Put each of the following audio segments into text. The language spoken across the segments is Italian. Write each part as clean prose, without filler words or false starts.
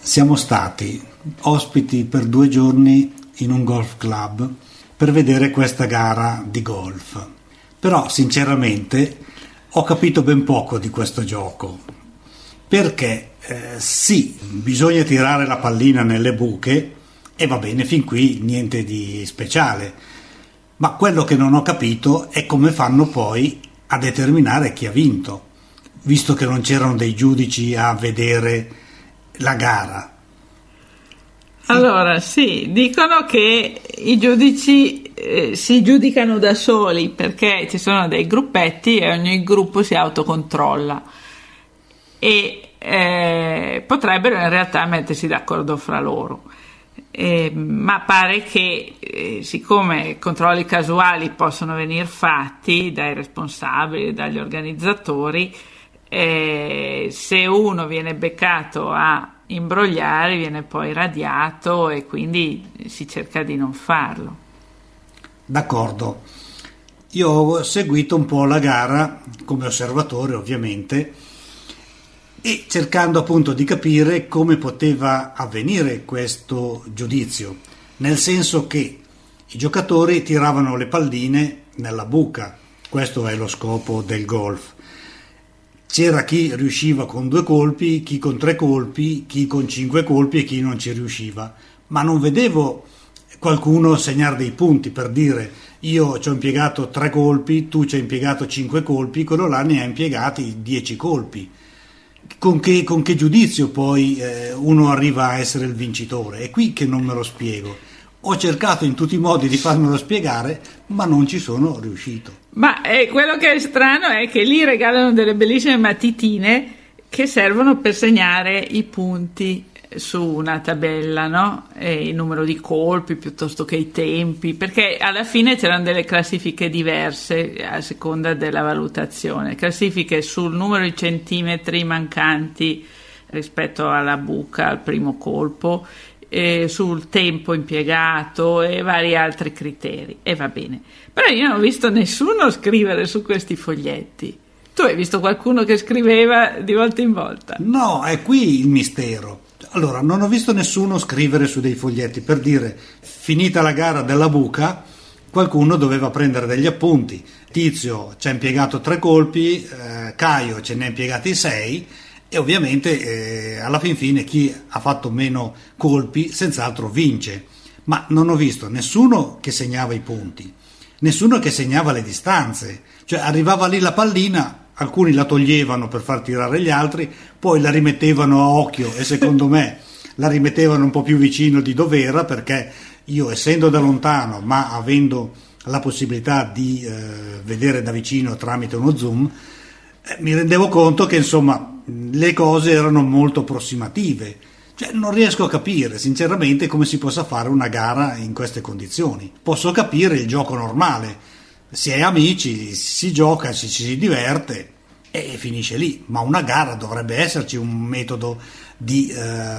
Siamo stati ospiti per 2 giorni in un golf club per vedere questa gara di golf. Però sinceramente ho capito ben poco di questo gioco, perché sì, bisogna tirare la pallina nelle buche e va bene fin qui, niente di speciale, ma quello che non ho capito è come fanno poi a determinare chi ha vinto, visto che non c'erano dei giudici a vedere la gara. Allora, sì, dicono che i giudici si giudicano da soli perché ci sono dei gruppetti e ogni gruppo si autocontrolla e potrebbero in realtà mettersi d'accordo fra loro. Ma pare che siccome controlli casuali possono venire fatti dai responsabili, dagli organizzatori, se uno viene beccato a imbrogliare viene poi radiato e quindi si cerca di non farlo. D'accordo, io ho seguito un po' la gara come osservatore ovviamente e cercando appunto di capire come poteva avvenire questo giudizio, nel senso che i giocatori tiravano le palline nella buca, questo è lo scopo del golf. C'era chi riusciva con 2 colpi, chi con 3 colpi, chi con 5 colpi e chi non ci riusciva, ma non vedevo qualcuno segnare dei punti per dire io ci ho impiegato 3 colpi, tu ci hai impiegato 5 colpi, quello là ne ha impiegati 10 colpi. Con che giudizio poi uno arriva a essere il vincitore? È qui che non me lo spiego. Ho cercato in tutti i modi di farmelo spiegare, ma non ci sono riuscito. Ma quello che è strano è che lì regalano delle bellissime matitine che servono per segnare i punti su una tabella, no? E il numero di colpi piuttosto che i tempi, perché alla fine c'erano delle classifiche diverse a seconda della valutazione, classifiche sul numero di centimetri mancanti rispetto alla buca al primo colpo, sul tempo impiegato e vari altri criteri, e va bene, però io non ho visto nessuno scrivere su questi foglietti. Tu hai visto qualcuno che scriveva di volta in volta? No, è qui il mistero. Allora, non ho visto nessuno scrivere su dei foglietti per dire finita la gara della buca qualcuno doveva prendere degli appunti. Tizio ci ha impiegato 3 colpi, Caio ce ne ha impiegati 6 e ovviamente alla fin fine chi ha fatto meno colpi senz'altro vince, ma non ho visto nessuno che segnava i punti, nessuno che segnava le distanze, cioè arrivava lì la pallina, alcuni la toglievano per far tirare gli altri, poi la rimettevano a occhio e secondo me la rimettevano un po' più vicino di dov'era, perché io essendo da lontano ma avendo la possibilità di vedere da vicino tramite uno zoom, mi rendevo conto che insomma le cose erano molto approssimative, cioè non riesco a capire sinceramente come si possa fare una gara in queste condizioni. Posso capire il gioco normale, si è amici, si gioca, ci si diverte e finisce lì, ma una gara dovrebbe esserci un metodo di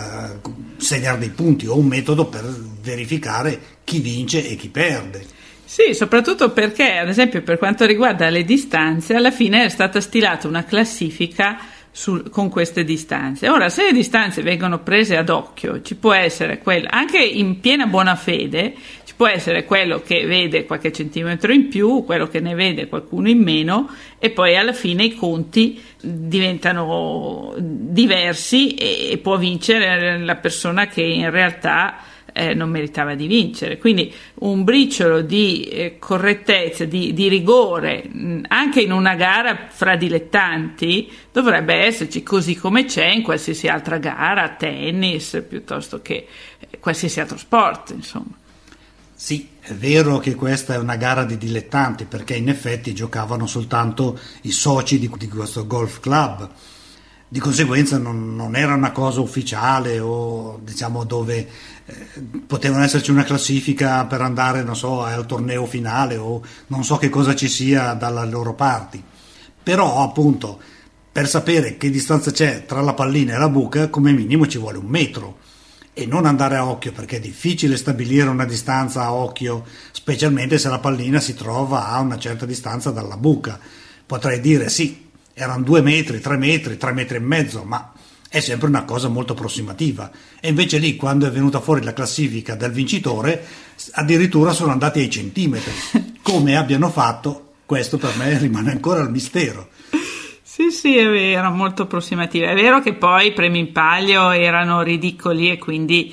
segnare dei punti o un metodo per verificare chi vince e chi perde. Sì, soprattutto perché, ad esempio, per quanto riguarda le distanze, alla fine è stata stilata una classifica con queste distanze. Ora, se le distanze vengono prese ad occhio, ci può essere quello, anche in piena buona fede, ci può essere quello che vede qualche centimetro in più, quello che ne vede qualcuno in meno, e poi alla fine i conti diventano diversi e può vincere la persona che in realtà non meritava di vincere. Quindi un briciolo di correttezza, di rigore anche in una gara fra dilettanti dovrebbe esserci, così come c'è in qualsiasi altra gara, tennis piuttosto che qualsiasi altro sport, insomma. Sì, è vero che questa è una gara di dilettanti, perché in effetti giocavano soltanto i soci di questo golf club. Di conseguenza non era una cosa ufficiale o diciamo dove potevano esserci una classifica per andare, non so, al torneo finale o non so che cosa ci sia dalle loro parti. Però appunto per sapere che distanza c'è tra la pallina e la buca come minimo ci vuole 1 metro e non andare a occhio, perché è difficile stabilire una distanza a occhio, specialmente se la pallina si trova a una certa distanza dalla buca. Potrei dire sì, erano 2 metri, 3 metri, 3 metri e mezzo, ma è sempre una cosa molto approssimativa. E invece lì, quando è venuta fuori la classifica del vincitore, addirittura sono andati ai centimetri. Come abbiano fatto, questo per me rimane ancora il mistero. Sì, è vero, molto approssimativa. È vero che poi i premi in palio erano ridicoli e quindi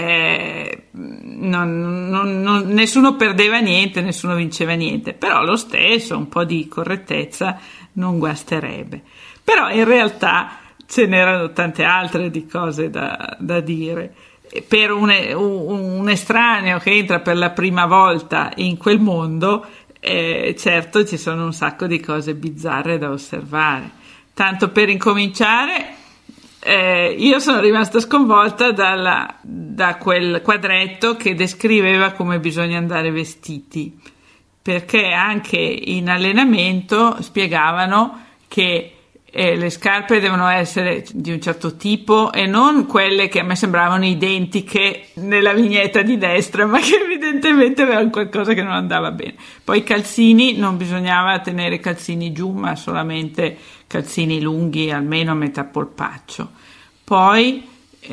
nessuno perdeva niente, nessuno vinceva niente, però lo stesso un po' di correttezza non guasterebbe. Però in realtà ce n'erano tante altre di cose da dire. Per un estraneo che entra per la prima volta in quel mondo, certo ci sono un sacco di cose bizzarre da osservare. Tanto per incominciare, io sono rimasta sconvolta da quel quadretto che descriveva come bisogna andare vestiti, perché anche in allenamento spiegavano che le scarpe devono essere di un certo tipo e non quelle che a me sembravano identiche nella vignetta di destra, ma che evidentemente avevano qualcosa che non andava bene. Poi i calzini, non bisognava tenere calzini giù, ma solamente calzini lunghi, almeno a metà polpaccio. Poi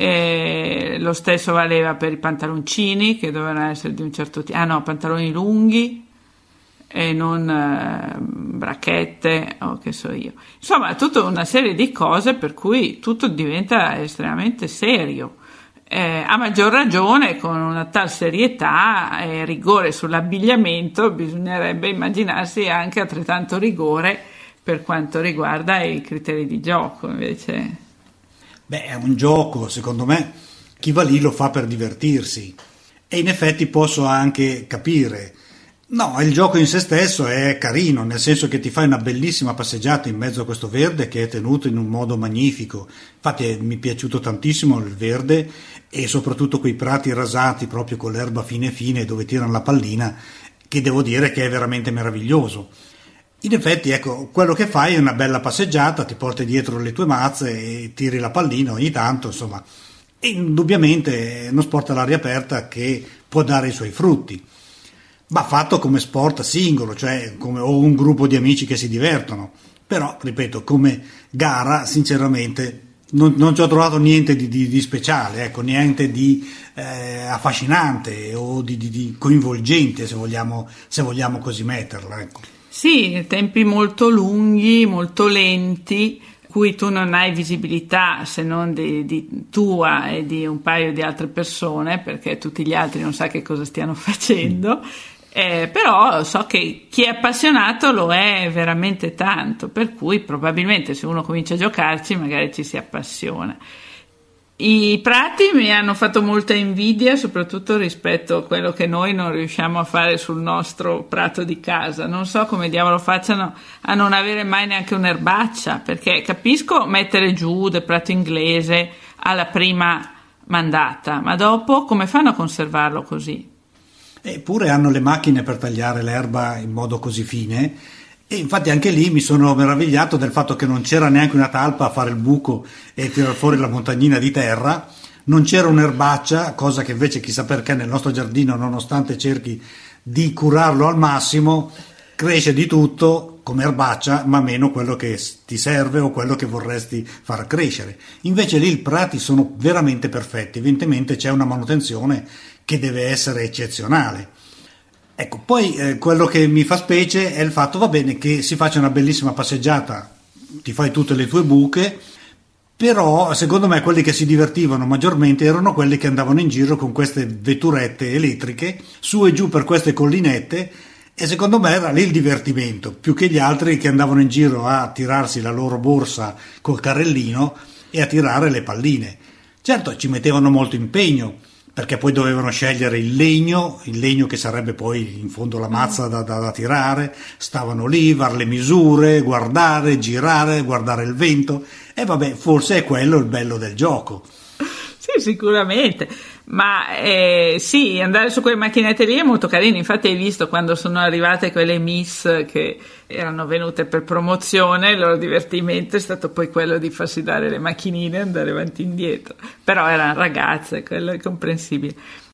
lo stesso valeva per i pantaloncini, che dovevano essere di un certo tipo. Pantaloni lunghi e non bracchette o che so io. Insomma, tutta una serie di cose per cui tutto diventa estremamente serio. A maggior ragione, con una tal serietà e rigore sull'abbigliamento, bisognerebbe immaginarsi anche altrettanto rigore per quanto riguarda i criteri di gioco, invece. È un gioco, secondo me, chi va lì lo fa per divertirsi. E in effetti posso anche capire. No, il gioco in se stesso è carino, nel senso che ti fai una bellissima passeggiata in mezzo a questo verde che è tenuto in un modo magnifico. Infatti mi è piaciuto tantissimo il verde e soprattutto quei prati rasati proprio con l'erba fine dove tirano la pallina, che devo dire che è veramente meraviglioso. In effetti, ecco, quello che fai è una bella passeggiata, ti porti dietro le tue mazze e tiri la pallina ogni tanto, insomma. E indubbiamente è uno sport all'aria aperta che può dare i suoi frutti. Ma fatto come sport singolo, cioè come o un gruppo di amici che si divertono. Però, ripeto, come gara, sinceramente, non ci ho trovato niente di speciale, ecco, niente di affascinante o di coinvolgente, se vogliamo così metterla, ecco. Sì, tempi molto lunghi, molto lenti, cui tu non hai visibilità se non di tua e di un paio di altre persone, perché tutti gli altri non sa che cosa stiano facendo. Però so che chi è appassionato lo è veramente tanto, per cui probabilmente se uno comincia a giocarci magari ci si appassiona. I prati mi hanno fatto molta invidia, soprattutto rispetto a quello che noi non riusciamo a fare sul nostro prato di casa. Non so come diavolo facciano a non avere mai neanche un'erbaccia, perché capisco mettere giù del prato inglese alla prima mandata, ma dopo come fanno a conservarlo così? Eppure hanno le macchine per tagliare l'erba in modo così fine, e infatti anche lì mi sono meravigliato del fatto che non c'era neanche una talpa a fare il buco e tirar fuori la montagnina di terra, non c'era un'erbaccia, cosa che invece chissà perché nel nostro giardino, nonostante cerchi di curarlo al massimo, cresce di tutto come erbaccia, ma meno quello che ti serve o quello che vorresti far crescere. Invece lì i prati sono veramente perfetti, evidentemente c'è una manutenzione che deve essere eccezionale. Ecco, poi quello che mi fa specie è il fatto, va bene, che si faccia una bellissima passeggiata, ti fai tutte le tue buche, però secondo me quelli che si divertivano maggiormente erano quelli che andavano in giro con queste vetturette elettriche, su e giù per queste collinette, e secondo me era lì il divertimento, più che gli altri che andavano in giro a tirarsi la loro borsa col carrellino e a tirare le palline. Certo, ci mettevano molto impegno, perché poi dovevano scegliere il legno che sarebbe poi in fondo la mazza da tirare, stavano lì, fare le misure, guardare, girare, guardare il vento, e vabbè, forse è quello il bello del gioco. Sì, sicuramente, ma sì, andare su quelle macchinette lì è molto carino. Infatti hai visto quando sono arrivate quelle Miss che erano venute per promozione, il loro divertimento è stato poi quello di farsi dare le macchinine e andare avanti e indietro, però erano ragazze, quello è comprensibile.